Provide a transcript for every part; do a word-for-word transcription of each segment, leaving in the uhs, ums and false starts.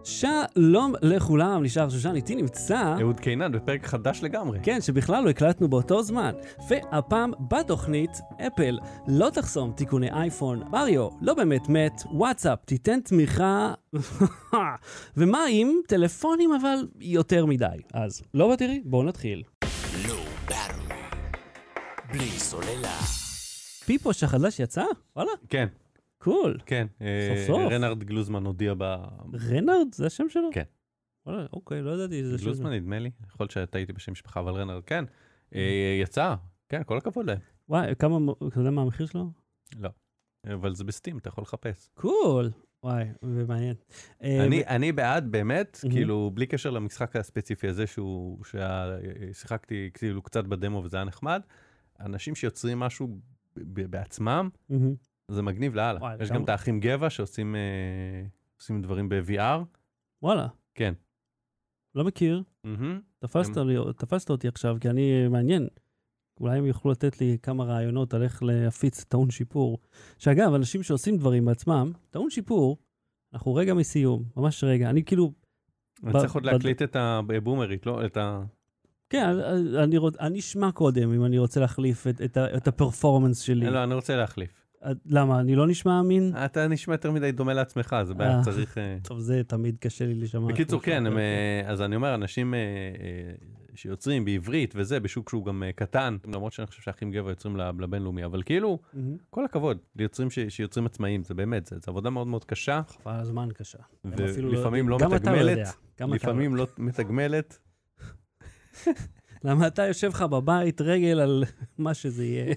שלום לכולם, נשאר שושן, איתי נמצא... אהוד קינן, בפרק חדש לגמרי. כן, שבכלל לא הקלטנו באותו זמן. והפעם בתוכנית, אפל לא תחסום תיקוני אייפון, מריו לא באמת מת, וואטסאפ תיתן תמיכה, ומה עם טלפונים אבל יותר מדי. אז לא בתראי, בואו נתחיל. לא ברור, בלי סוללה. פיפוש החדש יצא? וואלה. כן. קול. כן. סוף סוף. רנארד גלוזמן הודיע ב... רנארד? זה השם שלו? כן. וואלה, אוקיי, לא ידעתי שזה שם. גלוזמן נדמה לי. יכול להיות שאתה הייתי בשם משפחה, אבל רנארד, כן. יצא. כן, כל הכבוד להם. וואי, כמה, אתה יודע מה המחיר שלו? לא. אבל זה בסטים, אתה יכול לחפש. קול. וואי, ומעניין. אני בעד באמת, כאילו, בלי קשר למשחק הספציפי הזה, שהוא, ששיחקתי כאילו קצת בדמו וזה היה נחמד, אנשים שיוצרים משהו בעצמם, זה מגניב לאללה. יש גם את האחים גבע שעושים עושים דברים ב-וי אר. וואלה. כן. לא מכיר. תפסת אותי עכשיו, כי אני מעניין. אולי הם יוכלו לתת לי כמה רעיונות על איך להפיץ טעון שיפור. שאגב, אנשים שעושים דברים בעצמם, טעון שיפור, אנחנו רגע מסיום, ממש רגע. אני כאילו... אני צריך עוד להקליט את הבומרית, לא? את ה... כן, אני אשמע קודם אם אני רוצה להחליף את הפרפורמנס שלי. לא, אני רוצה להחליף. למה? אני לא נשמע אמין? אתה נשמע יותר מדי דומה לעצמך, זה בעיה, צריך... טוב, זה תמיד קשה לי לשמע. בקיצור, כן, אז אני אומר, אנשים שיוצרים בעברית וזה, בשוק שהוא גם קטן, למרות שאני חושב שהאחים גבע יוצרים לבינלאומי, אבל כאילו, כל הכבוד, ליוצרים שיוצרים עצמאיים, זה באמת, זה עבודה מאוד מאוד קשה. חבל הזמן קשה. ולפעמים לא מתגמלת, לפעמים לא מתגמלת. למה אתה יושב לך בבית רגל על מה שזה יהיה?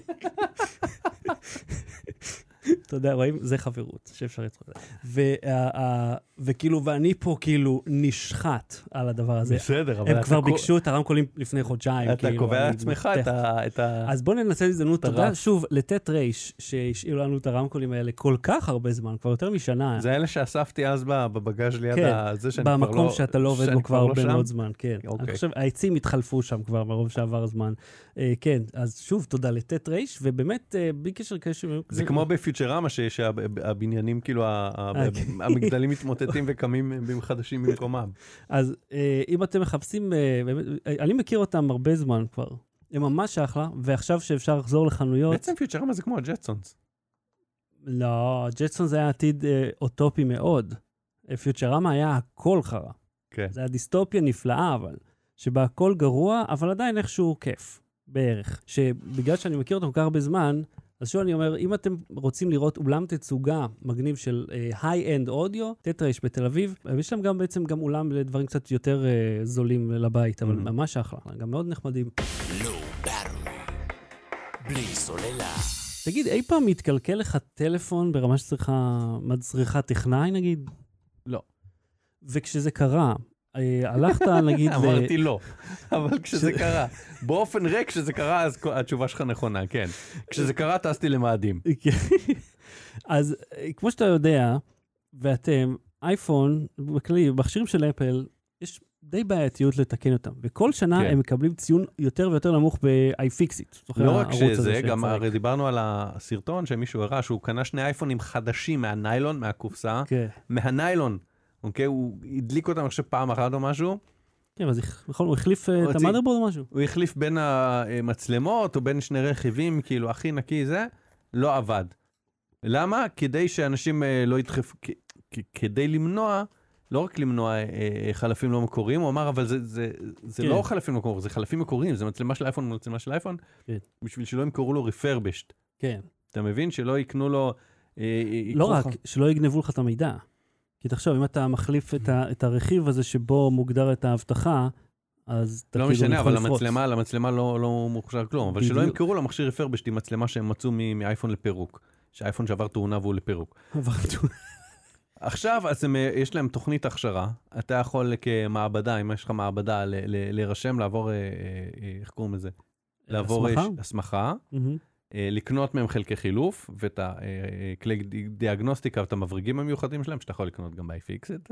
אתה יודע, רואים, זה חברות, שאפשר לצחוק. וכאילו, ואני פה כאילו נשחט על הדבר הזה. בסדר, אבל הם כבר ביקשו את הרמקולים לפני חודשיים. אתה קובע לעצמך את ה... אז בוא ננסה הזדמנות, תודה שוב לתת רייש, שהשאירו לנו את הרמקולים האלה כל כך הרבה זמן, כבר יותר משנה. זה אלה שאספתי אז בבגז ליד הזה, שאני כבר לא... במקום שאתה לא עובד בו כבר הרבה מאוד זמן, כן. אני חושב, העצים התחלפו שם כבר מרוב שעבר הזמן. כן, אז שוב, תודה לתת רייש, ובאמת, בלי קשר קשר... זה כמו בפיוטרמה, שהבניינים, כאילו, המגדלים מתמוטטים וקמים חדשים במקומם. אז אם אתם מחפשים, אני מכיר אותם הרבה זמן כבר. הם ממש אחלה, ועכשיו שאפשר לחזור לחנויות... בעצם פיוטרמה זה כמו הג'טסונס. לא, הג'טסונס היה עתיד אוטופי מאוד. פיוטרמה היה הכל חרה. זה היה דיסטופיה נפלאה, אבל, שבה הכל גרוע, אבל עדיין איכשהו כיף, בערך. שבגלל שאני מכיר אותם כל כך הרבה זמן, אז שוב אני אומר, אם אתם רוצים לראות אולם תצוגה מגניב של היי-אנד אודיו, טטרייש בתל אביב, יש להם גם בעצם גם אולם לדברים קצת יותר uh, זולים לבית, אבל mm-hmm. ממש אחלה, גם מאוד נחמדים. לא ברור, בלי סוללה. תגיד, אי פעם מתקלקל לך טלפון ברמה שצריכה, מצריכה טכנאי נגיד? לא. וכשזה קרה, הלכת נגיד... אמרתי לא, אבל כשזה קרה, באופן ריק כשזה קרה, אז התשובה שלך נכונה, כן. כשזה קרה, טסתי למאדים. אז כמו שאתה יודע, ואתם, אייפון, בכלי, במכשירים של אפל, יש די בעייתיות לתקן אותם, וכל שנה הם מקבלים ציון יותר ויותר נמוך ב-iFixit. לא רק שזה, גם הרי דיברנו על הסרטון שמישהו הראה, שהוא קנה שני אייפונים חדשים מהניילון, מהקופסה, מהניילון, אוקיי, הוא הדליק אותם עכשיו פעם אחת או משהו. כן, אז הוא החליף את המאדרבורד או משהו? הוא החליף בין המצלמות או בין שני רכיבים, כאילו הכי נקי זה, לא עבד. למה? כדי שאנשים לא ידחפו, כדי למנוע, לא רק למנוע חלפים לא מקוריים, הוא אמר, אבל זה לא חלפים לא מקוריים, זה חלפים מקוריים, זה מצלמה של אייפון ומצלמה של אייפון, בשביל שלא ימכרו לו refurbished. כן. אתה מבין? שלא יקנו לו... לא רק, שלא יגנבו לך את המידע. כי תחשוב, אם אתה מחליף את, ה, את הרכיב הזה שבו מוגדר את ההבטחה, אז אתה לא משנה, אבל המצלמה, למצלמה לא, לא מוכשר כלום. אבל שלא ימכרו לו מכשיר רפרבשט עם מצלמה שהם מצאו מאייפון לפירוק. שהאייפון שעבר תאונה והוא לפירוק. עבר תאונה. עכשיו, אז הם, יש להם תוכנית הכשרה. אתה יכול כמעבדה, אם יש לך מעבדה, ל, ל, להירשם, לעבור, איך קוראים לזה? לעבור הסמכה. לקנות מהם חלקי חילוף, ואת הכלי דיאגנוסטיקה ואת המבריגים המיוחדים שלהם, שאתה יכול לקנות גם ב-iFixit.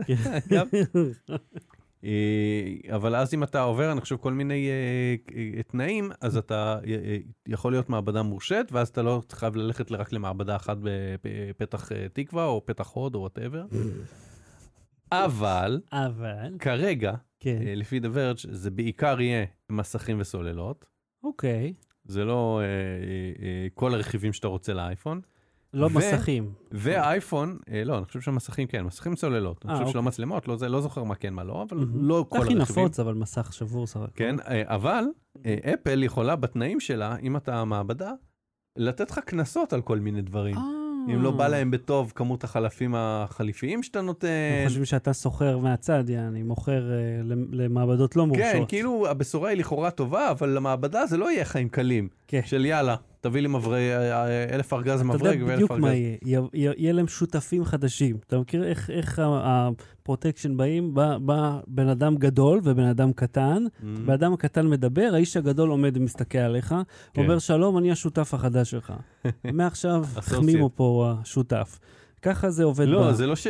אבל אז אם אתה עובר, אני חושב, כל מיני תנאים, אז אתה יכול להיות מעבדה מורשת, ואז אתה לא חייב ללכת רק למעבדה אחת בפתח תקווה, או פתח הוד, או whatever. אבל, אבל, כרגע, כן. אה, לפי The Verge, זה בעיקר יהיה מסכים וסוללות. אוקיי. זה לא אה, אה, אה, כל הרכיבים שאתה רוצה לאייפון. לא ו- מסכים. והאייפון, אה, לא, אני חושב שהמסכים כן, מסכים סוללות. אני אה, חושב אוקיי. שלא מצלמות, לא, זה, לא זוכר מה כן, מה לא, אבל מהמם. לא כל הכי הרכיבים. נפוץ, אבל מסך שבור סך הכל. כן, אה, אבל אה, אפל יכולה בתנאים שלה, אם אתה מעבדה, לתת לך קנסות על כל מיני דברים. אה. אם לא בא להם בטוב כמות החלפים החליפיים שאתה נותן. הם חושבים שאתה סוחר מהצד, יעני, מוכר אה, למעבדות לא מורשות. כן, כאילו הבשורה היא לכאורה טובה, אבל למעבדה זה לא יהיה חיים קלים. כן. של יאללה, תביא לי מברג, אלף ארגז מברג אתה יודע ואלף בדיוק ארגז. מה יהיה, יהיה- יהיה להם שותפים חדשים. אתה מכיר איך- איך ה- הפרוטקשן באים? בא בא בן אדם גדול ובן אדם קטן, בן אדם הקטן מדבר, האיש הגדול עומד ומסתכל עליך, כן. אומר שלום, אני השותף החדש שלך. מעכשיו חמימו פה השותף. ככה זה עובד. לא, ב- זה לא ש...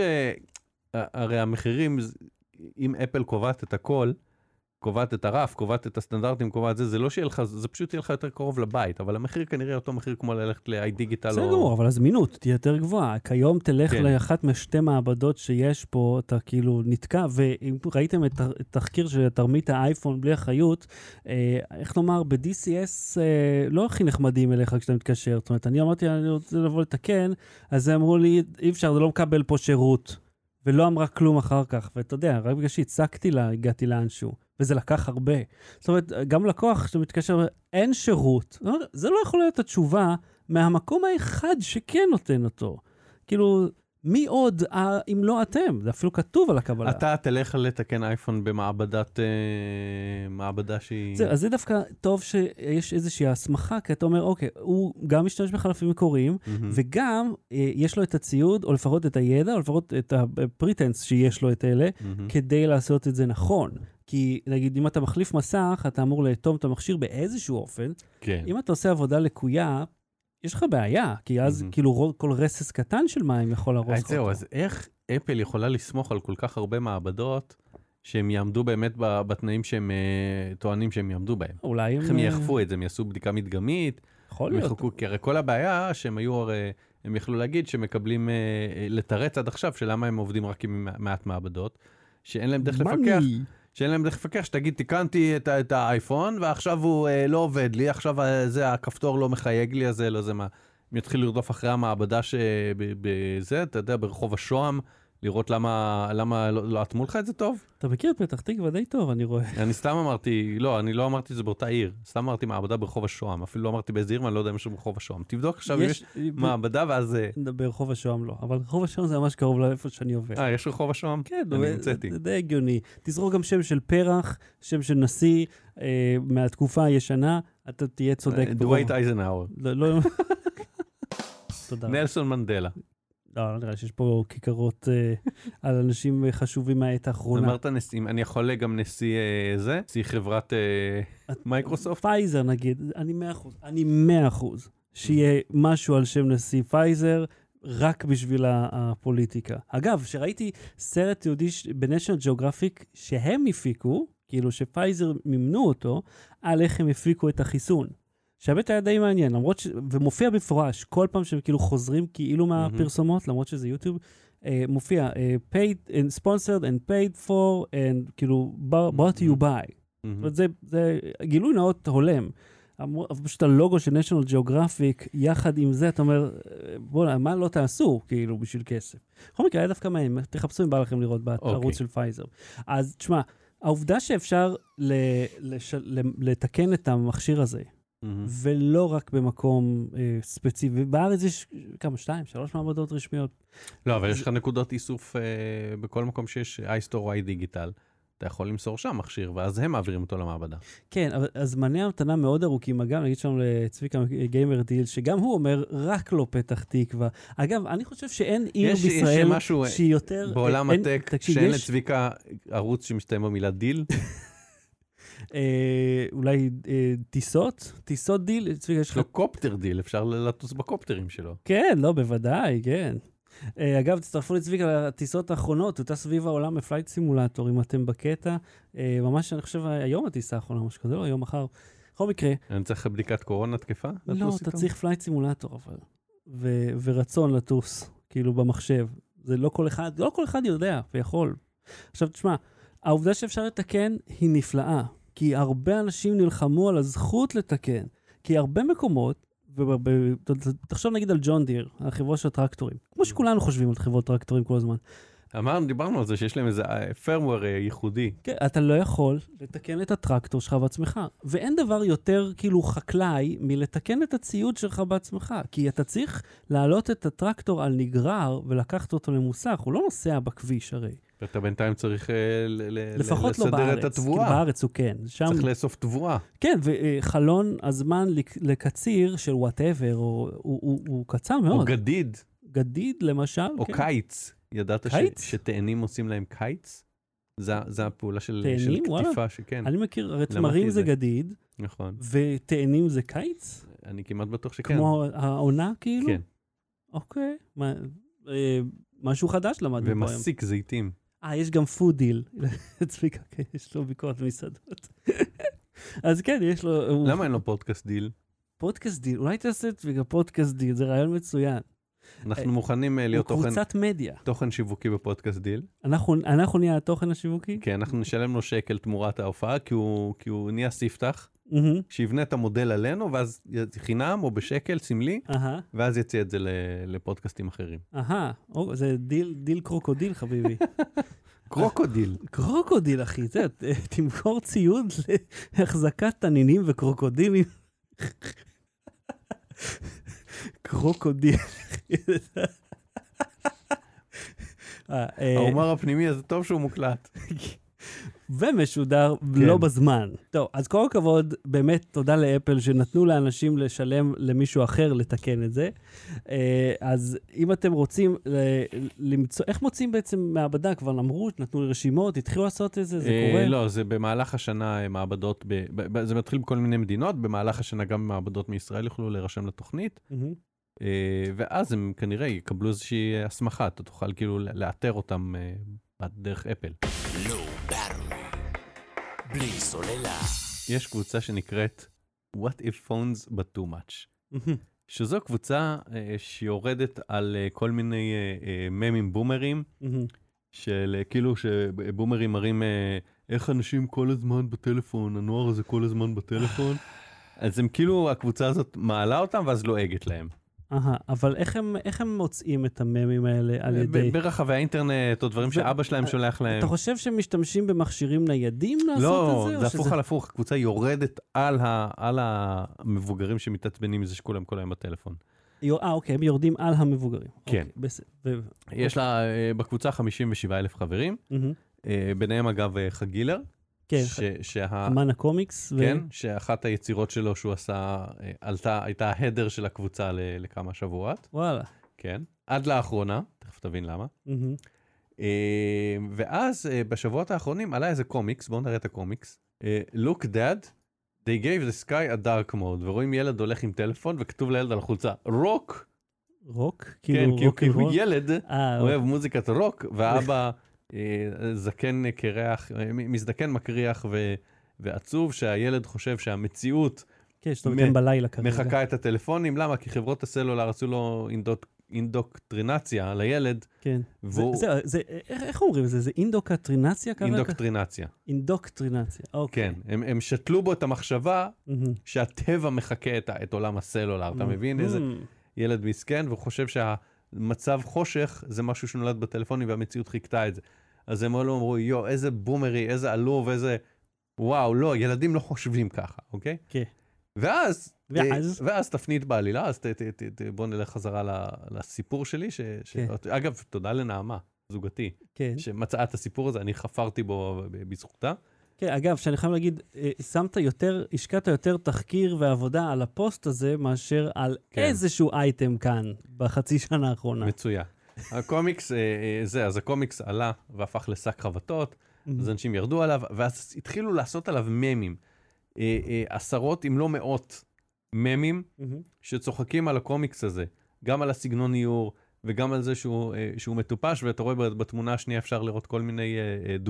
הרי המחירים, אם אפל קובעת את הכל, קובעת את הרף, קובעת את הסטנדרטים, קובעת זה, זה לא שיהיה לך, זה פשוט יהיה לך יותר קרוב לבית, אבל המחיר כנראה אותו מחיר כמו ללכת ל-איי דיגיטל. בסדר גמור, אבל הזמינות תהיה יותר גבוהה. כיום תלך כן. לאחת משתי מעבדות שיש פה, אתה כאילו נתקע, ואם ראיתם את התחקיר של תרמית האייפון בלי אחריות, אה, איך לומר, ב-די סי אס אה, לא הכי נחמדים אליך כשאתה מתקשר. זאת אומרת, אני אמרתי, אני רוצה לבוא לתקן, אז הם אמרו לי, אי אפשר, זה לא מקבל פה שירות, ולא אמרה כלום אחר כך. ואתה יודע, רק בגלל שהצקתי לה, הגעתי לאנשהו. וזה לקח הרבה. זאת אומרת, גם לקוח שאתה מתקשר, אין שירות. זה לא יכול להיות התשובה מהמקום האחד שכן נותן אותו. כאילו, מי עוד, אה, אם לא אתם? זה אפילו כתוב על הקבלה. אתה תלך לתקן אייפון במעבדת, אה, מעבדה שהיא... זה, אז זה דווקא טוב שיש איזושהי הסמכה, כי אתה אומר, אוקיי, הוא גם משתמש בחלפים מקוריים, Mm-hmm. וגם אה, יש לו את הציוד, או לפחות את הידע, או לפחות את הפריטנס שיש לו את אלה, Mm-hmm. כדי לעשות את זה נכון. כי נגיד, אם אתה מחליף מסך, אתה אמור לאטום את המכשיר באיזשהו אופן. כן. אם אתה עושה עבודה לקויה, יש לך בעיה, כי אז Mhm. כאילו כל רסס קטן של מים יכול להרוס אז לך זהו, אותו. אז איך אפל יכולה לסמוך על כל כך הרבה מעבדות, שהם יעמדו באמת ב- בתנאים שהם אה, טוענים שהם יעמדו בהם? אולי הם... איך הם אה, יאכפו את זה? הם יעשו בדיקה מדגמית? יכול הם להיות. יחכו, כי הרי כל הבעיה שהם היו, הרי, הם יכלו להגיד שמקבלים, אה, אה, לתרץ עד עכשיו, שלמה הם עובדים רק עם מעט מעבדות, שאין להם דרך לפקח, שאין להם דרך לפקח, שתגיד, תיקנתי את, ה- את האייפון, ועכשיו הוא אה, לא עובד לי, עכשיו אה, זה, הכפתור לא מחייג לי, אז זה לא זה מה. הם יתחילו לרדוף אחרי המעבדה שבזה, אתה יודע, ברחוב השוהם, לראות למה, למה לא, לא אטמו לך את זה טוב. אתה מכיר את פתח תקווה די טוב, אני רואה. אני סתם אמרתי, לא, אני לא אמרתי את זה באותה עיר, סתם אמרתי מעבדה ברחוב השוהם, אפילו לא אמרתי באיזה עיר, ואני לא יודע אם יש ברחוב השוהם. תבדוק עכשיו אם יש מעבדה, ואז... אה, ברחוב השוהם לא, אבל רחוב השוהם זה ממש קרוב לאיפה שאני עובר. אה, יש רחוב השוהם? כן, אני זה- המצאתי. זה די הגיוני. תזרוק גם שם של פרח, שם של נשיא אה, מהתקופה הישנה, אתה תהיה צודק. דווייט אייזנהאואר. לא, לא... תודה. נלסון מנדלה. לא, לא נראה שיש פה כיכרות אה, על אנשים חשובים מהעת האחרונה. אמרת נשיאים, אני יכול גם נשיא אה, זה? נשיא חברת אה, מייקרוסופט? פייזר נגיד, אני מאה אחוז, אני מאה אחוז, שיהיה משהו על שם נשיא פייזר, רק בשביל ה- הפוליטיקה. אגב, שראיתי סרט יהודי ש- בנשיונל ג'אוגרפיק, שהם הפיקו, כאילו שפייזר מימנו אותו, על איך הם הפיקו את החיסון. שהבית היה די מעניין, למרות ש... ומופיע בפורש, כל פעם שהם כאילו חוזרים כאילו מהפרסומות, למרות שזה יוטיוב, אה, מופיע uh, paid and sponsored and paid for and כאילו brought you by. זאת אומרת, זה, זה גילוי נאות הולם. אמר- פשוט הלוגו של נשיונל ג'אוגרפיק, יחד עם זה, אתה אומר, בוא'נה, מה לא תעשו, כאילו, בשביל כסף. בכל מקרה, היה דווקא מעניין, תחפשו אם בא לכם לראות בערוץ אוקיי. של פייזר. אז תשמע, העובדה שאפשר ל- לש- ל- לתקן את המכשיר הזה, ולא רק במקום אה, ספציפי, בארץ יש כמה, שתיים, שלוש מעבדות רשמיות. לא, אבל יש לך נקודות איסוף אה, בכל מקום שיש iStore או iDigital. אתה יכול למסור שם מכשיר, ואז הם מעבירים אותו למעבדה. כן, אבל הזמני המתנה מאוד ארוכים. אגב, נגיד שלנו לצביקה גיימר דיל, שגם הוא אומר, רק לא פתח תקווה. אגב, אני חושב שאין עיר יש- יש בישראל משהו, אה, שהיא יותר... בעולם אין- הטק, תקשיב, שאין יש, לצביקה ערוץ שמסתיים במילה דיל. אה, אולי אה, טיסות? טיסות דיל? צביקה, יש יש לך... לו קופטר דיל, אפשר לטוס בקופטרים שלו. כן, לא, בוודאי, כן. Uh, אגב, תצטרפו לצביקה לטיסות האחרונות, אותה סביב העולם בפלייט סימולטור, אם אתם בקטע. Uh, ממש, אני חושב, היום הטיסה האחרונה, משהו כזה, לא, היום מחר. בכל מקרה, אני צריך בדיקת קורונה תקפה? לא, לטוס אתה איתו? צריך פלייט סימולטור, אבל. ו- ורצון לטוס, כאילו, במחשב. זה לא כל אחד, לא כל אחד יודע ויכול. עכשיו, תשמע, העובדה שאפשר לתקן היא נפלאה, כי הרבה אנשים נלחמו על הזכות לתקן, כי הרבה מקומות, תחשוב נגיד על ג'ון דיר, החברה של הטרקטורים, כמו שכולנו חושבים על חברות טרקטורים כל הזמן. אמרנו, דיברנו על זה שיש להם איזה firmware ייחודי. כן, אתה לא יכול לתקן את הטרקטור שלך בעצמך, ואין דבר יותר כאילו חקלאי מלתקן את הציוד שלך בעצמך, כי אתה צריך להעלות את הטרקטור על נגרר ולקחת אותו למוסך, הוא לא נוסע בכביש הרי. ואתה בינתיים צריך לפחות לא בארץ, לסדר את התבואה. כי בארץ הוא כן. שם... צריך לאסוף תבואה. כן, וחלון הזמן לקציר של whatever, הוא, הוא, הוא, הוא קצר מאוד. או גדיד. גדיד למשל. או כן. קיץ. ידעת קיץ? ש, שתאנים עושים להם קיץ? זה, זה הפעולה של, תאנים? של קטיפה שכן. אני מכיר, הרי תמרים זה גדיד. נכון. ותאנים זה קיץ? אני כמעט בטוח שכן. כמו העונה כאילו? כן. אוקיי. מה, אה, משהו חדש למדנו פה היום. ומסיק זיתים. אה, יש גם פוד דיל. צביקה, כן, יש לו ביקורת במסעדות. אז כן, יש לו... למה אין לו פודקאסט דיל? פודקאסט דיל, אולי תעשה צביקה פודקאסט דיל, זה רעיון מצוין. אנחנו מוכנים להיות תוכן... קבוצת מדיה. תוכן שיווקי בפודקאסט דיל. אנחנו, אנחנו נהיה התוכן השיווקי? כן, אנחנו נשלם לו שקל תמורת ההופעה, כי הוא, כי הוא נהיה ספתח, Mm-hmm. שיבנה את המודל עלינו, ואז חינם או בשקל, סמלי, Uh-huh. ואז יצא את זה לפודקאסטים אחרים. אהה, או, זה דיל, דיל קרוקודיל, חביבי. קרוקודיל. קרוקודיל, אחי, זה, תמכור ציוד להחזקת תנינים וקרוקודילים. קרוקודיל. ההומור הפנימי הזה טוב שהוא מוקלט. ומשודר לא בזמן. טוב, אז כל הכבוד, באמת תודה לאפל שנתנו לאנשים לשלם למישהו אחר לתקן את זה. אז אם אתם רוצים למצוא, איך מוצאים בעצם מעבדה? כבר אמרו, נתנו רשימות, התחילו לעשות את זה, זה קורה? לא, זה במהלך השנה מעבדות, זה מתחיל בכל מיני מדינות, במהלך השנה גם מעבדות מישראל יוכלו להירשם לתוכנית, ואז הם כנראה יקבלו איזושהי הסמכה, אתה תוכל כאילו לאתר אותם דרך אפל. בלי סוללה. יש קבוצה שנקראת What if phones but too much. שזו קבוצה uh, שיורדת על uh, כל מיני uh, uh, ממים בומרים, של uh, כאילו שבומרים מראים uh, איך אנשים כל הזמן בטלפון, הנוער הזה כל הזמן בטלפון. אז הם כאילו, הקבוצה הזאת מעלה אותם ואז לועגת להם. אהה, אבל איך הם, איך הם מוצאים את הממים האלה על ידי... ברחבי האינטרנט, או דברים שאבא שלהם שולח להם. אתה חושב שהם משתמשים במכשירים ניידים לעשות את זה? לא, זה הפוך על הפוך. הקבוצה יורדת על המבוגרים שמתעצבנים מזה שכולם כל היום בטלפון. אה, אוקיי, הם יורדים על המבוגרים. כן. יש לה בקבוצה חמישים ושבעה אלף חברים, ביניהם אגב חגילר. כן, אמן הקומיקס. כן, שאחת היצירות שלו שהוא עשה, עלתה, הייתה ההדר של הקבוצה לכמה שבועות. וואלה. כן, עד לאחרונה, תכף תבין למה. ואז בשבועות האחרונים עלה איזה קומיקס, בואו נראה את הקומיקס. Look dad, they gave the sky a dark mode, ורואים ילד הולך עם טלפון וכתוב לילד על החולצה, רוק. רוק? כן, כי הוא ילד, אוהב מוזיקת רוק, והאבא... זקן קרח, מזדקן מקריח ו, ועצוב, שהילד חושב שהמציאות כן, מ- בלילה מחכה את הטלפונים. למה? כי חברות הסלולר עשו לו אינדוק, אינדוקטרינציה לילד. כן. והוא... זה, זה, זה, איך אומרים את זה? זה אינדוקטרינציה? אינדוקטרינציה. אינדוקטרינציה, אוקיי. כן, הם, הם שתלו בו את המחשבה mm-hmm. שהטבע מחכה את, את עולם הסלולר. Mm-hmm. אתה מבין? איזה ילד מסכן, והוא חושב שה... מצב חושך זה משהו שנולד בטלפונים והמציאות חיכתה את זה. אז הם לא אמרו, יו, איזה בומרי, איזה עלוב, איזה... וואו, לא, ילדים לא חושבים ככה, אוקיי? כן. ואז, ואז? ואז תפנית בעלילה, אז ת, ת, ת, ת, בוא נלך חזרה לסיפור שלי, ש, כן. ש... אגב, תודה לנעמה, זוגתי, כן. שמצאה את הסיפור הזה, אני חפרתי בו בזכותה. כן, אגב, שאני חייב להגיד, שמת יותר, השקעת יותר תחקיר ועבודה על הפוסט הזה, מאשר על כן. איזשהו אייטם כאן, בחצי שנה האחרונה. מצוין. הקומיקס, זה, אז הקומיקס עלה והפך לשק חבטות, אז אנשים ירדו עליו, ואז התחילו לעשות עליו ממים. עשרות, אם לא מאות, ממים, שצוחקים על הקומיקס הזה, גם על הסגנון איור, וגם על זה שהוא, שהוא מטופש, ואתה רואה בתמונה השנייה אפשר לראות כל מיני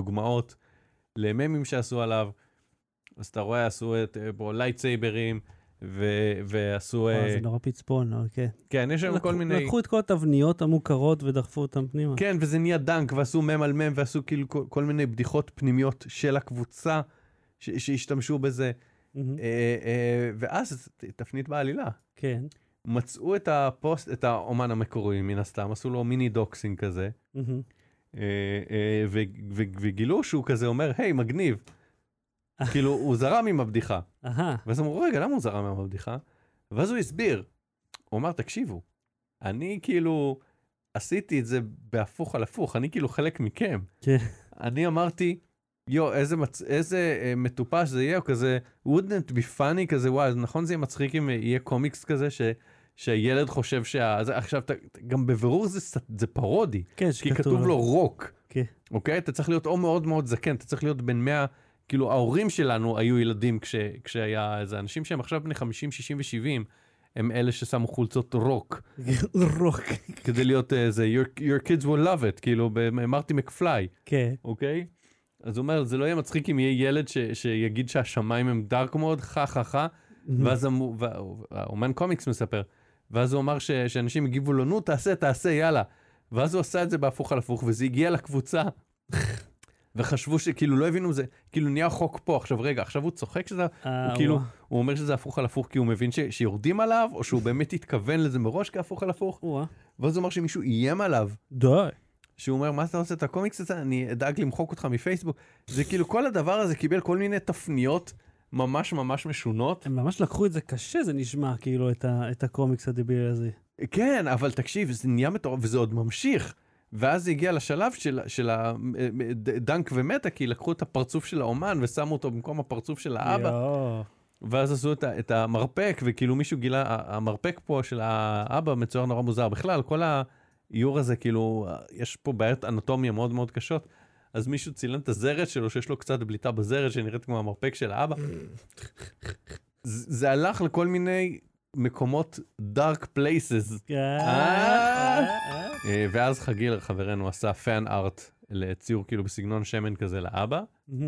דוגמאות, לממים שעשו עליו, אז אתה רואה, עשו את בו לייטסייברים, ו- ועשו... וואו, זה נורא פצפון, אוקיי. כן, יש שם כל מיני... לקחו את כל התבניות המוכרות ודחפו אותם פנימה. כן, וזה נהיה דנק, ועשו מם על מם, ועשו כאילו כל, כל מיני בדיחות פנימיות של הקבוצה, ש- שהשתמשו בזה. Mm-hmm. אה, אה, ואז, תפנית בעלילה. כן. מצאו את הפוסט, את האומן המקורי, מן הסתם, עשו לו מיני דוקסינג כזה, Mm-hmm. אה, אה, ו- ו- וגילו שהוא כזה אומר, היי, מגניב. כאילו, הוא זרם עם הבדיחה. אהה. ואז אמרו, רגע, למה הוא זרם עם הבדיחה? ואז הוא הסביר. הוא אמר, תקשיבו, אני כאילו עשיתי את זה בהפוך על הפוך, אני כאילו חלק מכם. כן. אני אמרתי, יו, איזה, מצ... איזה אה, מטופש זה יהיה, או כזה, wouldn't be funny, כזה, וואי, נכון זה יהיה מצחיק אם יהיה קומיקס כזה, ש... שהילד חושב שה... זה, עכשיו, ת... גם בבירור זה, זה פרודי, כן, כי כתוב לו רוק, כן. אוקיי? אתה צריך להיות או מאוד מאוד זקן, אתה צריך להיות בן מאה, כאילו ההורים שלנו היו ילדים כש... כשהיה איזה אנשים שהם עכשיו בני חמישים, שישים ושבעים, הם אלה ששמו חולצות רוק. רוק. כדי להיות איזה, your, your kids will love it, כאילו במרטי מקפליי. כן. אוקיי? אז הוא אומר, זה לא יהיה מצחיק אם יהיה ילד ש, שיגיד שהשמיים הם דארק מאוד, חה חה חה, ואז האומן קומיקס מספר, ואז הוא אמר ש, שאנשים הגיבו לו, נו, תעשה, תעשה, יאללה. ואז הוא עשה את זה בהפוך על הפוך, וזה הגיע לקבוצה. וחשבו שכאילו לא הבינו זה, כאילו נהיה חוק פה, עכשיו רגע, עכשיו הוא צוחק שזה, הוא כאילו, הוא אומר שזה הפוך על הפוך, כי הוא מבין ש, שיורדים עליו, או שהוא באמת התכוון לזה מראש כהפוך על הפוך, ואז הוא אומר שמישהו איים עליו. די. שהוא אומר, מה אתה עושה את הקומיקס הזה? אני אדאג למחוק אותך מפייסבוק. זה כאילו, כל הדבר הזה קיבל כל מיני תפניות ממש ממש משונות. הם ממש לקחו את זה קשה, זה נשמע, כאילו, את, ה, את הקומיקס הדיבילי הזה. כן, אבל תקשיב, זה נהיה מטורף, וזה עוד ממשיך. ואז זה הגיע לשלב של, של הדנק ומטה, כי לקחו את הפרצוף של האומן ושמו אותו במקום הפרצוף של האבא. יו. ואז עשו את, את המרפק, וכאילו מישהו גילה, המרפק פה של האבא מצויר נורא מוזר. בכלל, כל האיור הזה, כאילו, יש פה בעיות אנטומיה מאוד מאוד קשות. אז מישהו צילם את הזרת שלו, שיש לו קצת בליטה בזרת, שנראית כמו המרפק של האבא. זה הלך לכל מיני מקומות dark places. ואז חגיל, חברנו, עשה פן ארט לציור כאילו בסגנון שמן כזה לאבא,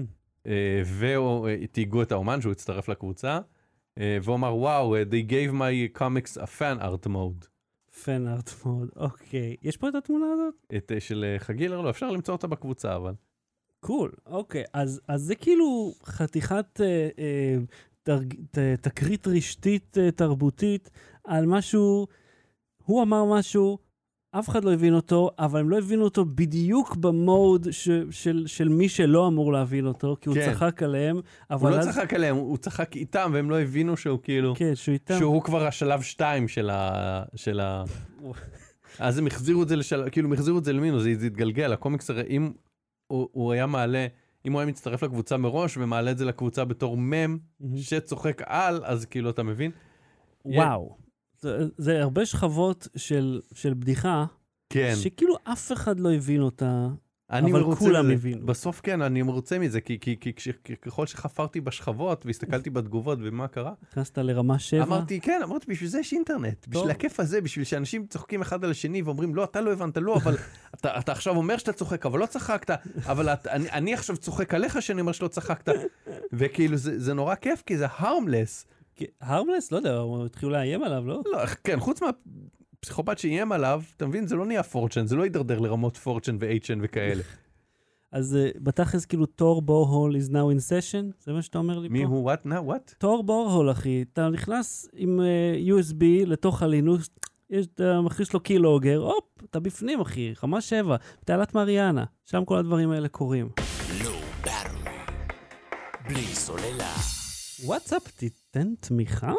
ותהיגו את האומן שהוא הצטרף לקבוצה, והוא אמר, וואו, they gave my comics a fan art mode. פן ארט מוד, אוקיי. יש פה את התמונה הזאת? את של חגילר, לא, אפשר למצוא אותה בקבוצה, אבל. קול, אוקיי. אז, אז זה כאילו חתיכת אה, אה, תרג, ת, תקרית רשתית אה, תרבותית על משהו, הוא אמר משהו, אף אחד לא הבין אותו, אבל הם לא הבינו אותו בדיוק במוד ש, של, של מי שלא אמור להבין אותו, כי הוא כן. צחק עליהם. אבל הוא אז... לא צחק עליהם, הוא צחק איתם, והם לא הבינו שהוא כאילו... כן, שהוא איתם. שהוא כבר השלב שתיים של ה... של ה... אז הם החזירו את זה לשלב, כאילו הם החזירו את זה למינוס, זה, זה התגלגל, הקומיקס הרי, אם הוא, הוא היה מעלה, אם הוא היה מצטרף לקבוצה מראש, ומעלה את זה לקבוצה בתור מם, mm-hmm. שצוחק על, אז כאילו אתה מבין? וואו. זה, זה הרבה שכבות של, של בדיחה, כן. שכאילו אף אחד לא הבין אותה, אבל כולם הבינו. בסוף כן, אני מרוצה מזה, כי, כי, כי, כי ככל שחפרתי בשכבות, והסתכלתי בתגובות ומה קרה, נכנסת לרמה שבע? אמרתי, כן, אמרתי, בשביל זה יש אינטרנט, טוב. בשביל הכיף הזה, בשביל שאנשים צוחקים אחד על השני, ואומרים, לא, אתה לא הבנת, לא, אבל אתה, אתה עכשיו אומר שאתה צוחק, אבל לא צחקת, אבל את, אני, אני עכשיו צוחק עליך שאני אומר שלא צחקת, וכאילו זה, זה נורא כיף, כי זה harmless. הרמלס? לא יודע, הוא התחילו לאיים עליו, לא? לא, כן, חוץ מהפסיכופת שאיים עליו, אתה מבין, זה לא נהיה פורצ'ן, זה לא יידרדר לרמות פורצ'ן ואייצ'ן וכאלה. אז בתכלס כאילו תור בורהול is now in session, זה מה שאתה אומר לי פה? מי הוא? what now? what? תור בורהול, אחי, אתה נכנס עם יו אס בי לתוך הלינוקס, אתה מכניס לו קילוגר, הופ, אתה בפנים, אחי, חמה שבע, בתעלת מריאנה, שם כל הדברים האלה קורים. לא ברור, בלי סוללה. וואטסאפ, תיתן תמיכה?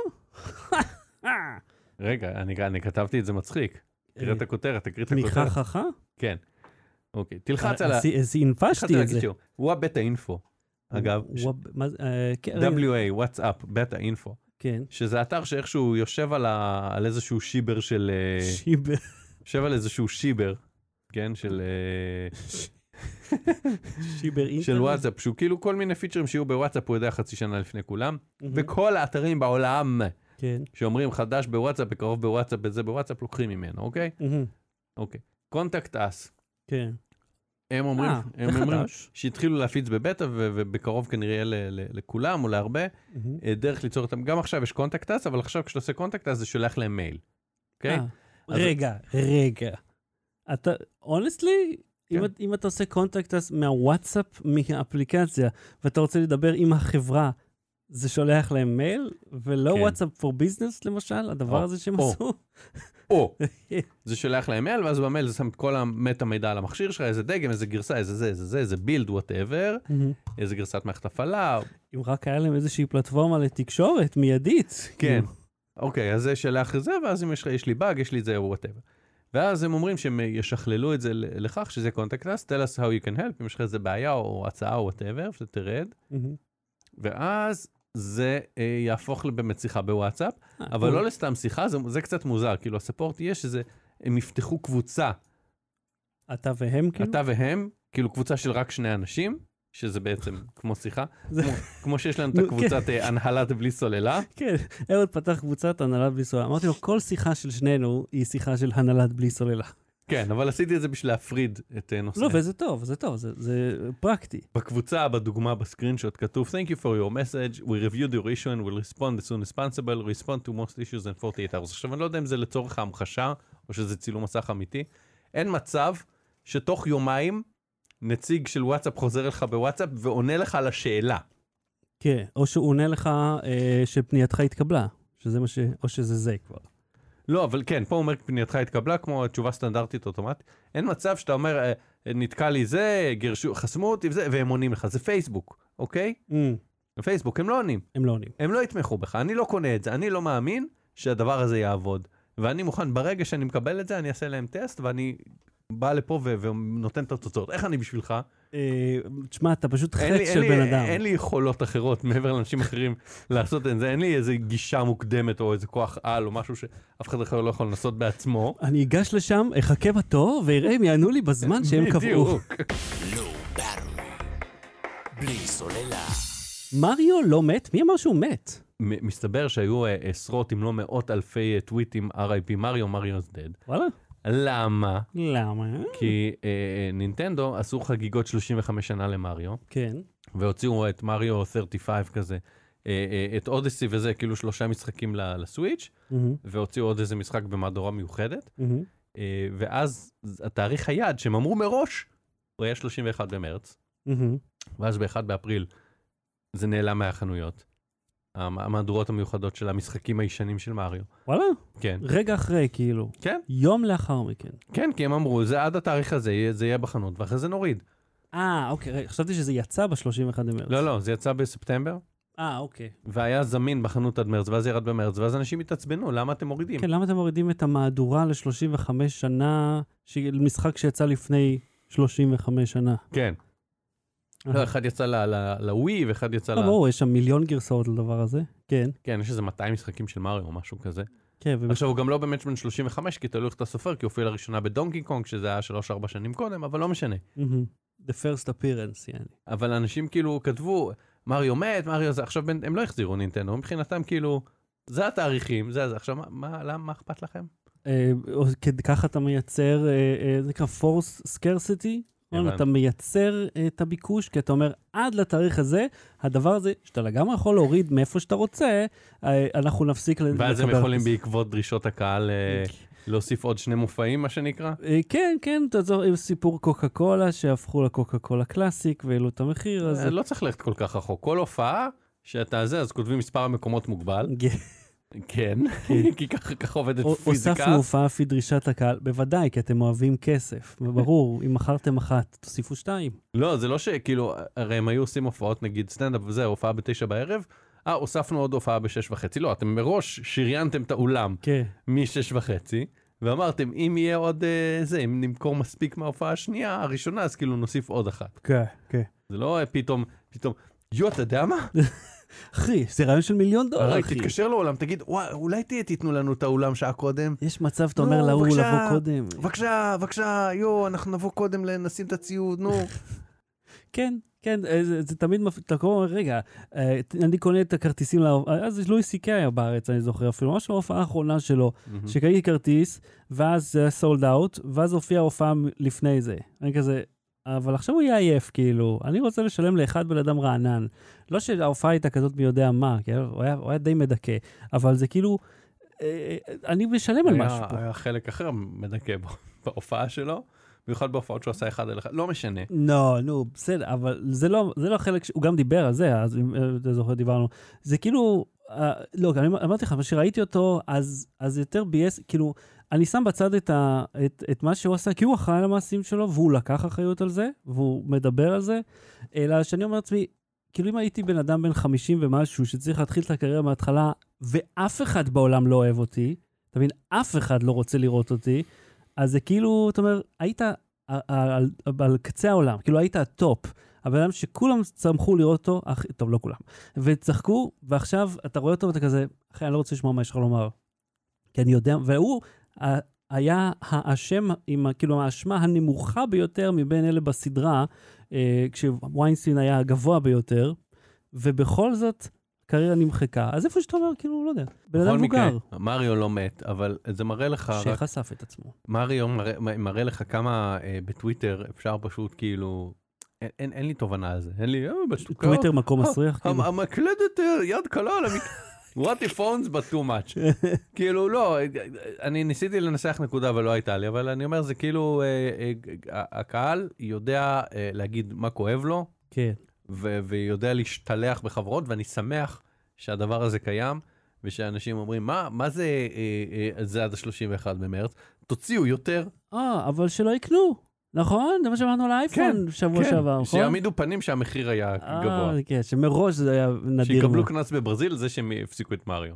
רגע, אני, אני כתבתי את זה מצחיק. תראה את הכותרת, תקריא את הכותרת. תמיכה חכה? כן. אוקיי, תלחץ על ה... אז אינפשתי את זה. הוא הבטה אינפו, אגב. דאבליו איי, וואטסאפ, בטה אינפו. כן. שזה אתר שאיכשהו יושב על איזשהו שיבר של... שיבר. יושב על איזשהו שיבר, כן, של... של וואטסאפ, שהוא כאילו כל מיני פיצ'רים שיהיו בוואטסאפ, הוא יודע חצי שנה לפני כולם, וכל האתרים בעולם שאומרים חדש בוואטסאפ, בקרוב בוואטסאפ, בזה בוואטסאפ, לוקחים ממנו, אוקיי? אוקיי. קונטקט אס. כן. הם אומרים, הם אומרים שהתחילו להפיץ בבטא, ובקרוב כנראה יהיה לכולם או להרבה, דרך ליצור אותם. גם עכשיו יש קונטקט אס, אבל עכשיו כשאתה עושה קונטקט אס, זה שולח להם מייל. רגע, רגע. אתה, honestly, אם אתה עושה קונטקט אס מהוואטסאפ, מהאפליקציה, ואתה רוצה לדבר עם החברה, זה שולח להם מייל, ולא וואטסאפ פור ביזנס, למשל, הדבר הזה שהם עשו. או, זה שולח להם מייל, ואז במייל זה שם את כל המטה מידע על המכשיר שלך, איזה דגם, איזה גרסה, איזה זה, איזה זה, איזה בילד, whatever, איזה גרסת מערכת הפעלה. אם רק היה להם איזושהי פלטפורמה לתקשורת מיידית. כן. אוקיי, אז זה שלח את זה, ואז אם יש לי באג, יש לי את זה, whatever. ואז הם אומרים שהם ישכללו את זה לכך, שזה קונטקט אס, tell us how you can help, אם יש לך איזה בעיה או הצעה או whatever, שתרד. ואז זה אה, יהפוך באמת שיחה בוואטסאפ, אה, אבל או... לא לסתם שיחה, זה, זה קצת מוזר, כאילו הספורט יש שזה, הם יפתחו קבוצה. אתה והם כאילו? אתה והם, כאילו קבוצה של רק שני אנשים, שזה בעצם כמו שיחה, זה... כמו, כמו שיש לנו את הקבוצת כן. הנהלת בלי סוללה. כן, אהוד פתח קבוצת הנהלת בלי סוללה, אמרתי לו, כל שיחה של שנינו היא שיחה של הנהלת בלי סוללה. כן, אבל עשיתי את זה בשביל להפריד את נושא. לא, וזה טוב, זה טוב, זה, זה פרקטי. בקבוצה, בדוגמה, בסקרינשוט, כתוב, Thank you for your message, we reviewed your issue and will respond as soon as possible, respond to most issues in forty-eight hours. עכשיו, אני לא יודע אם זה לצורך ההמחשה, או שזה צילום מסך אמיתי. אין מצב שתוך יומיים נציג של וואטסאפ חוזר לך בוואטסאפ ועונה לך על השאלה. כן, או שהוא עונה לך אה, שפנייתך התקבלה, שזה מה ש... או שזה זה כבר. לא, אבל כן, פה אומר פנייתך התקבלה כמו תשובה סטנדרטית אוטומטית. אין מצב שאתה אומר, נתקע לי זה, גרשו, חסמו אותי וזה, והם עונים לך. זה פייסבוק, אוקיי? Mm. פייסבוק, הם לא עונים. הם לא עונים. הם לא יתמכו בך. אני לא קונה את זה. אני לא מאמין שהדבר הזה יעבוד. ואני מוכן, ברגע שאני מקבל את זה, אני אעשה להם טסט, ואני בא לפה ו- ונותן את התוצאות. איך אני בשבילך? תשמע, אתה פשוט חץ של בן אדם. אין לי יכולות אחרות מעבר לאנשים אחרים לעשות את זה. אין לי איזה גישה מוקדמת או איזה כוח על או משהו שאף אחד אחר לא יכול לנסות בעצמו. אני אגש לשם, אחכה בתור ויראה אם יענו לי בזמן שהם קבעו. בלי סוללה. מריו לא מת? מי אמר שהוא מת? מסתבר שהיו עשרות אם לא מאות אלפי טוויטים אר איי פי מריו, מריו's dead. וואלה? למה? למה? כי אה, נינטנדו עשו חגיגות שלושים וחמש שנה למריו. כן. והוציאו את מריו שלושים וחמש כזה, אה, אה, את אודיסי וזה, כאילו שלושה משחקים לסוויץ', mm-hmm. והוציאו עוד איזה משחק במהדורה מיוחדת. Mm-hmm. אה, ואז התאריך היעד שהם אמרו מראש, הוא היה שלושים ואחד במרץ. Mm-hmm. ואז ב-אחד באפריל זה נעלם מהחנויות. המהדורות המיוחדות של המשחקים הישנים של מריו. וואלה? כן. רגע אחרי, כאילו. כן. יום לאחר מכן. כן, כי הם אמרו, זה עד התאריך הזה, זה יהיה בחנות, ואחרי זה נוריד. אה, אוקיי. חשבתי שזה יצא ב-שלושים ואחד במרץ. לא, לא, זה יצא בספטמבר. אה, אוקיי. והיה זמין בחנות עד מרץ, ואז ירד במרץ, ואז אנשים התעצבנו, למה אתם מורידים? כן, למה אתם מורידים את המהדורה ל-שלושים וחמש שנה, משחק שיצא לפני שלושים וחמש שנה? כן. לא, אחד יצא לווי, ואחד יצא ל... לא, ברור, יש שם מיליון גרסאות לדבר הזה. כן. כן, יש איזה מאתיים משחקים של מריו או משהו כזה. כן. עכשיו, הוא גם לא באמת בין שלושים וחמש, כי תלוי איך אתה סופר, כי הוא הופיע לראשונה בדונקי קונג, שזה היה שלוש ארבע שנים קודם, אבל לא משנה. The first appearance, יעני. אבל אנשים כאילו כתבו, מריו מת, מריו זה, עכשיו הם לא החזירו נינטנדו, מבחינתם כאילו, זה התאריכים, זה, עכשיו, מה אכפת לכם? ככה אתה מייצר, זה נקרא force scarcity, אתה מייצר את הביקוש, כי אתה אומר, עד לתאריך הזה, הדבר הזה, שאתה לגמרי יכול להוריד מאיפה שאתה רוצה, אנחנו נפסיק לקבל... ואז הם יכולים בעקבות דרישות הקהל להוסיף עוד שני מופעים, מה שנקרא? כן, כן, תעזור עם סיפור קוקה קולה, שהפכו לקוקה קולה קלאסיק, והעלו את המחיר הזה. לא צריך ללכת כל כך רחוק. כל הופעה שאתה זה, אז כותבים מספר המקומות מוגבל. כן, כי ככה עובדת פיזיקה. הוספנו הופעה לפי דרישת הקהל, בוודאי, כי אתם אוהבים כסף. ברור, אם מכרתם אחת, תוסיפו שתיים. לא, זה לא שכאילו, הרי הם היו עושים הופעות, נגיד סטנדאפ וזה, הופעה בתשע בערב, אה, הוספנו עוד הופעה בשש וחצי. לא, אתם מראש שריינתם את האולם משש וחצי, ואמרתם, אם יהיה עוד זה, אם נמכור מספיק מההופעה השנייה, הראשונה, אז כאילו נוסיף עוד אחת. כן, כן. זה לא פתאום, פתאום, יו, אתה יודע מה? אחי, זה רעיון של מיליון דולר, אחי. תתקשר לאולם, תגיד, וואי, אולי תהיה, תיתנו לנו את האולם שעה קודם. יש מצב, אתה אומר להוא לבוא קודם. בבקשה, בבקשה, יו, אנחנו נבוא קודם לנשים את הציוד, נו. כן, כן, זה תמיד, אתה קורא, רגע, אני קונה את הכרטיסים, אז לואי סי קיי היה בארץ, אני זוכר אפילו, משהו ההופעה האחרונה שלו, שקניתי כרטיס, ואז זה סולד אאוט, ואז הופיע ההופעה לפני זה. אני כזה, אבל עכשיו הוא יהיה עייף, כאילו, אני רוצה לשלם לאחד בן אדם רענן. לא שההופעה הייתה כזאת מי יודע מה, כי הוא היה, הוא היה די מדכא, אבל זה כאילו, אה, אני משלם על משהו פה. היה חלק אחר מדכא בהופעה שלו, במיוחד בהופעות שהוא עשה אחד על אחד, לא משנה. לא, נו, בסדר, אבל זה לא, זה לא חלק, הוא גם דיבר על זה, אז אם אתה זוכר, דיברנו. זה כאילו, אה, לא, אני אמרתי לך, כשראיתי אותו, אז, אז יותר בייס, כאילו, אני שם בצד את, ה, את, את מה שהוא עשה, כי הוא אחראי על המעשים שלו, והוא לקח אחריות על זה, והוא מדבר על זה, אלא שאני אומר לעצמי, כאילו אם הייתי בן אדם בן חמישים ומשהו, שצריך להתחיל את הקריירה מההתחלה, ואף אחד בעולם לא אוהב אותי, אתה מבין, אף אחד לא רוצה לראות אותי, אז זה כאילו, אתה אומר, היית על, על, על קצה העולם, כאילו היית הטופ, הבן אדם שכולם צמחו לראות אותו, אח, טוב, לא כולם, וצחקו, ועכשיו אתה רואה אותו ואתה כזה, אחי, אני לא רוצה לשמוע מה יש לך לומר. כי אני יודע, והוא היה האשם, עם, כאילו, האשמה הנמוכה ביותר מבין אלה בסדרה, אה, כשוויינסטיין היה הגבוה ביותר, ובכל זאת, קריירה נמחקה. אז איפה שאתה אומר, כאילו, לא יודע, בן אדם מבוגר. מריו לא מת, אבל זה מראה לך... שחשף רק... את עצמו. מריו מראה, מראה לך כמה אה, בטוויטר אפשר פשוט כאילו... אין, אין, אין לי תובנה על זה. אין לי... אה, בשתוקה, טוויטר מקום מסריח. כאילו. המקלדת יד קלה על המק... What if phones but too much. כאילו, לא, אני ניסיתי לנסח נקודה ולא הייתה לי, אבל אני אומר, זה כאילו, הקהל יודע להגיד מה כואב לו, כן. ויודע להשתלח בחברות, ואני שמח שהדבר הזה קיים, ושאנשים אומרים, מה, מה זה, זה עד ה-שלושים ואחד במרץ? תוציאו יותר. אה, אבל שלא יקנו. נכון? זה מה שאמרנו על האייפון שבוע שעבר, נכון? שיעמידו פנים שהמחיר היה גבוה. כן, שמראש זה היה נדיר. שיקבלו קנס בברזיל, זה שהם הפסיקו את מריו.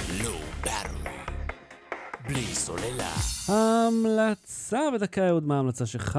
בלי סוללה. ההמלצה בדקה עוד מה ההמלצה שלך?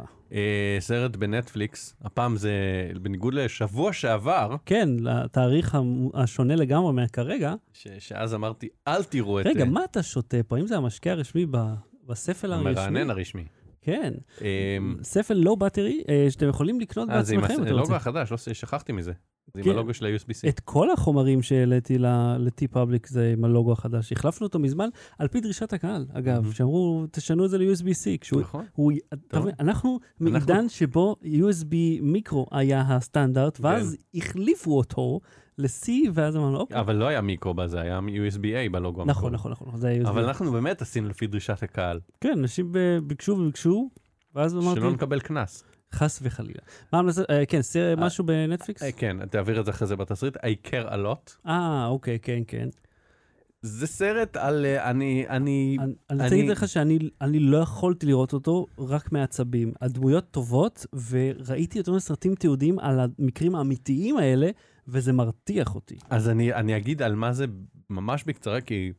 סרט בנטפליקס, הפעם זה בניגוד לשבוע שעבר. כן, לתאריך השונה לגמרי מהכרגע. שאז אמרתי, אל תראו את... רגע, מה אתה שותה פה? האם זה המשקה הרשמי בספל הרשמי? המרענן הרשמי. כן, ספל לא בטרי, שאתם יכולים לקנות בעצמכם. זה לוגו החדש, לא שכחתי מזה. זה עם הלוגו של ה-יו אס בי-C. את כל החומרים שהעליתי ל-T-Public זה עם הלוגו החדש. החלפנו אותו מזמן, על פי דרישת הקהל, אגב, שאמרו, תשנו את זה ל-יו אס בי-C. נכון. אנחנו מעידן שבו יו אס בי מיקרו היה הסטנדרט, ואז החליפו אותו ל-C, ואז אמרנו, אוקיי. אבל לא היה מיקרו בזה, היה יו אס בי-A בלוגו. נכון, נכון, נכון. אבל אנחנו באמת עשינו לפי דרישת הקהל. כן, אנשים ביקשו וביקשו, ואז אמרתי... שלא נקבל קנס. חס וחלילה. מה המלצה? כן, סרט משהו בנטפליקס? כן, תעביר את זה אחרי זה בתסריט. I care a lot. אה, אוקיי, כן, כן. זה סרט על... אני... אני אני רוצה להגיד לך שאני לא יכולתי לראות אותו רק מעצבים. הדמויות טובות, וראיתי יותר סרטים תיעודיים על המקרים האמיתיים האלה, וזה מרתיח אותי. אז אני, אני אגיד על מה זה ממש בקצרה, כי...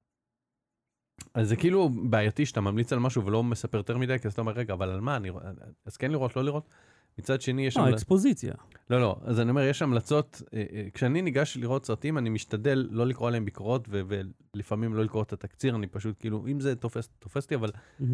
אז זה כאילו בעייתי שאתה ממליץ על משהו ולא מספר יותר מדי, כי אז אתה אומר, רגע, אבל על מה? אני... אז כן לראות, לא לראות? מצד שני, יש... אה, אקספוזיציה. לא, לא. אז אני אומר, יש המלצות... כשאני ניגש לראות סרטים, אני משתדל לא לקרוא עליהם ביקורות, ולפעמים לא לקרוא את התקציר, אני פשוט כאילו, אם זה תופס, תופס לי, אבל...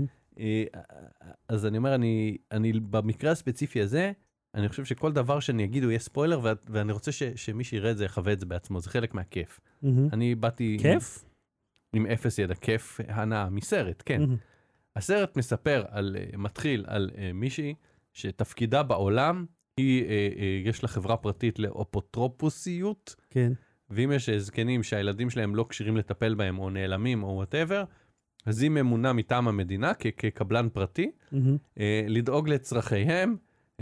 אז אני אומר, אני, אני במקרה הספציפי הזה, אני חושב שכל דבר שאני אגיד הוא יהיה ספוילר, ואני רוצה ש, שמי שיראה את זה יחווה את זה בעצמו, זה חלק מהכיף. אני באתי... כיף? עם אפס ידע, כיף הנאה, מסרט, כן. הסרט מספר על, מתחיל על מישהי, שתפקידה בעולם, היא, יש לה חברה פרטית לאפוטרופוסיות, כן. ואם יש זקנים שהילדים שלהם לא קשירים לטפל בהם, או נעלמים, או whatever, אז היא ממונה מטעם המדינה, כ- כקבלן פרטי, לדאוג לצרכיהם,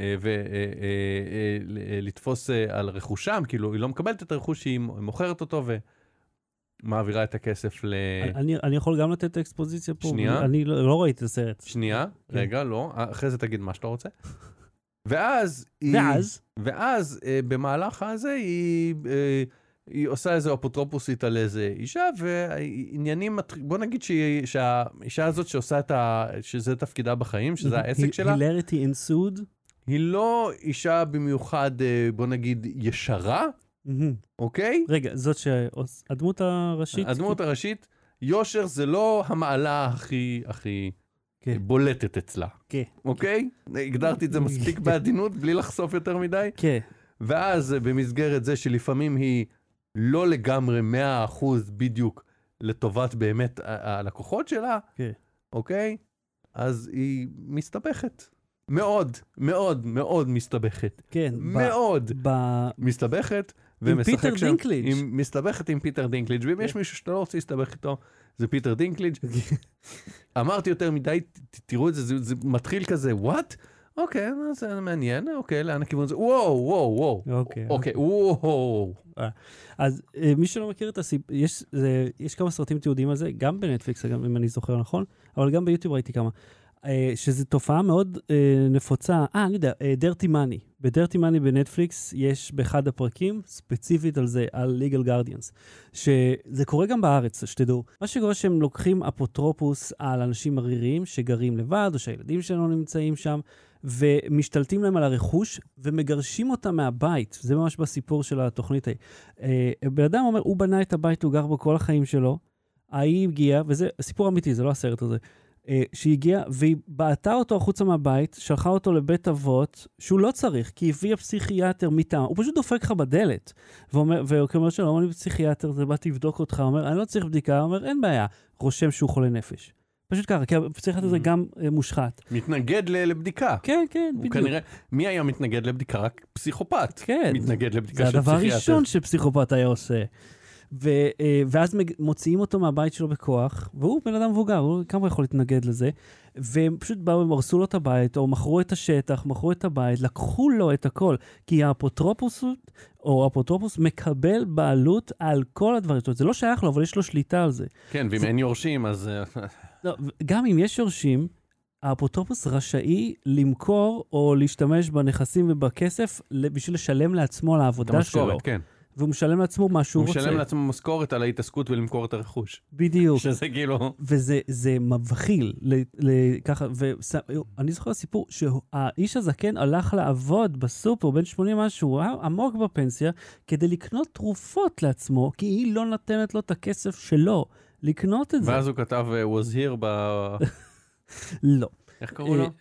ולתפוס על רכושם, כאילו היא לא מקבלת את הרכוש, היא מוכרת אותו ומעבירה את הכסף ל... אני, אני יכול גם לתת אקספוזיציה פה. שנייה. אני לא, לא ראיתי את הסרט. שנייה, רגע, לא. אחרי זה תגיד מה שאתה רוצה. ואז היא... ואז? ואז במהלך הזה היא... היא עושה איזו אפוטרופוסית על איזה אישה, ועניינים, בוא נגיד שהיא, שהאישה הזאת שעושה את ה... שזה תפקידה בחיים, שזה העסק שלה. Hilarity ensued? היא לא אישה במיוחד, בוא נגיד, ישרה, אוקיי? רגע, זאת שהדמות הראשית? הדמות הראשית, יושר זה לא המעלה הכי, הכי בולטת אצלה. כן. אוקיי? הגדרתי את זה מספיק בעדינות, בלי לחשוף יותר מדי. כן. ואז במסגרת זה שלפעמים היא לא לגמרי מאה אחוז בדיוק לטובת באמת הלקוחות שלה, כן. אוקיי? אז היא מסתבכת. מאוד, מאוד, מאוד מסתבכת. כן. מאוד מסתבכת. עם פיטר דינקליג'. מסתבכת עם פיטר דינקליג', ואם יש מישהו שאתה לא רוצה להסתבך איתו, זה פיטר דינקליג'. אמרתי יותר מדי, תראו את זה, זה מתחיל כזה, what? אוקיי, זה מעניין, אוקיי, לאן הכיוון הזה? וואו, וואו, וואו. אוקיי, וואו. אז מי שלא מכיר את הסיפור, יש כמה סרטים תיעודיים על זה, גם בנטפליקס, אם אני זוכר נכון, אבל גם ביוטיוב ראיתי כמה. שזו תופעה מאוד נפוצה, אה, אני יודע, דרטי מאני. בדרטי מאני בנטפליקס יש באחד הפרקים, ספציפית על זה, על Legal Guardians, שזה קורה גם בארץ, שתדעו. מה שקורה שהם לוקחים אפוטרופוס על אנשים עריריים שגרים לבד, או שהילדים שלנו נמצאים שם, ומשתלטים להם על הרכוש, ומגרשים אותם מהבית. זה ממש בסיפור של התוכנית ההיא. בן אדם אומר, הוא בנה את הבית, הוא גר בו כל החיים שלו, ההיא הגיעה, וזה סיפור אמיתי, זה לא הסרט הזה, שהיא הגיעה, והיא בעטה אותו החוצה מהבית, שלחה אותו לבית אבות, שהוא לא צריך, כי הביאה פסיכיאטר מטעם, הוא פשוט דופק לך בדלת, ואומר, ואומר שלא, אומר לי פסיכיאטר, זה באתי לבדוק אותך, אומר, אני לא צריך בדיקה, אומר, אין בעיה, רושם שהוא חולה נפש. פשוט ככה, כי הפסיכיאטר זה גם מושחת. מתנגד לבדיקה. כן, כן, בדיוק. הוא כנראה, מי היה מתנגד לבדיקה? רק פסיכופת. כן. מתנגד לבדיקה של פסיכיאטר. זה הדבר הראשון שפסיכופת היה עושה. ו, ואז מוציאים אותו מהבית שלו בכוח, והוא בן אדם מבוגר, הוא כמה יכול להתנגד לזה, והם פשוט באו, הם הרסו לו את הבית, או מכרו את השטח, מכרו את הבית, לקחו לו את הכל, כי האפוטרופוס, או האפוטרופוס מקבל בעלות על כל הדברים, זאת אומרת, זה לא שייך לו, אבל יש לו שליטה על זה. כן, ואם אין יורשים, אז... לא, גם אם יש יורשים, האפוטרופוס רשאי למכור, או להשתמש בנכסים ובכסף, בשביל לשלם לעצמו על העבודה שלו. כן. והוא משלם לעצמו מה שהוא רוצה. הוא משלם לעצמו משכורת על ההתעסקות ולמכור את הרכוש. בדיוק. שזה כאילו... וזה זה מבחיל, ככה, ואני זוכר סיפור שהאיש הזקן הלך לעבוד בסופר, בין שמונים משהו, עמוק בפנסיה, כדי לקנות תרופות לעצמו, כי היא לא נתנת לו את הכסף שלו, לקנות את זה. ואז הוא כתב, was here ב... לא. איך קראו לו?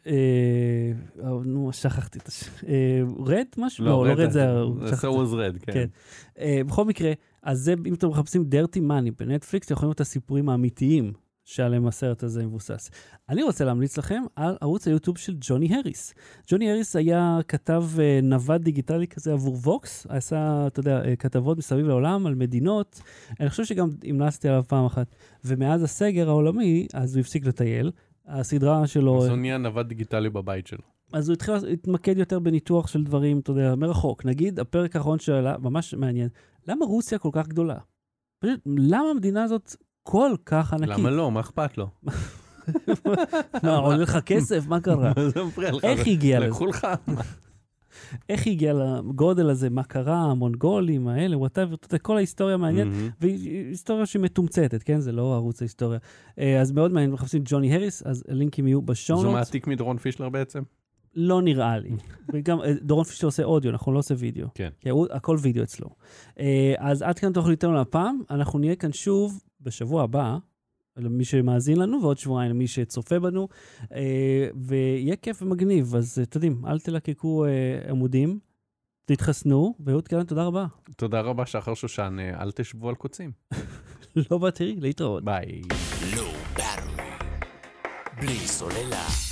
נו, שכחתי את השם. רד משהו? לא, לא רד זה... So was red, כן. בכל מקרה, אז זה, אם אתם מחפשים דרטי מאני בנטפליקס, אתם יכולים את הסיפורים האמיתיים שעליהם הסרט הזה מבוסס. אני רוצה להמליץ לכם על ערוץ היוטיוב של ג'וני הריס. ג'וני הריס היה כתב נווד דיגיטלי כזה עבור ווקס, עשה, אתה יודע, כתבות מסביב לעולם על מדינות, אני חושב שגם המלצתי עליו פעם אחת, ומאז הסגר העולמי, אז הוא הפסיק לטייל, הסדרה שלו... אז הוא נהיה נווד דיגיטלי בבית שלו. אז הוא התחיל להתמקד יותר בניתוח של דברים, אתה יודע, מרחוק. נגיד, הפרק האחרון שלה, ממש מעניין, למה רוסיה כל כך גדולה? פשוט, למה המדינה הזאת כל כך ענקית? למה לא? מה אכפת לו? מה, עולה לך כסף? מה קרה? זה מפריע לך. איך הגיע לזה? לקחו לך? איך הגיע לגודל הזה? מה קרה? המונגולים האלה, whatever, כל ההיסטוריה מעניינת, והיא היסטוריה שמתומצתת, כן? זה לא ערוץ ההיסטוריה. אז מאוד מעניין, מחפשים ג'וני הריס, אז הלינקים יהיו בשואו נוטס. זו מעתיק מדורון פישלר בעצם? לא נראה לי. וגם דורון פישלר עושה אודיו, אנחנו לא עושה וידאו. כן. כי הכל וידאו אצלו. אז עד כאן תוכלו להתאם להפעם, אנחנו נהיה כאן שוב בשבוע הבא, למי שמאזין לנו, ועוד שבועיים למי שצופה בנו, ויהיה כיף ומגניב, אז תדעים, אל תלקקו עמודים, תתחסנו, ואהוד קלן, תודה רבה. תודה רבה, שחר שושן, אל תשבו על קוצים. לא בטרי, להתראות. ביי. לא בטרי. בלי סוללה.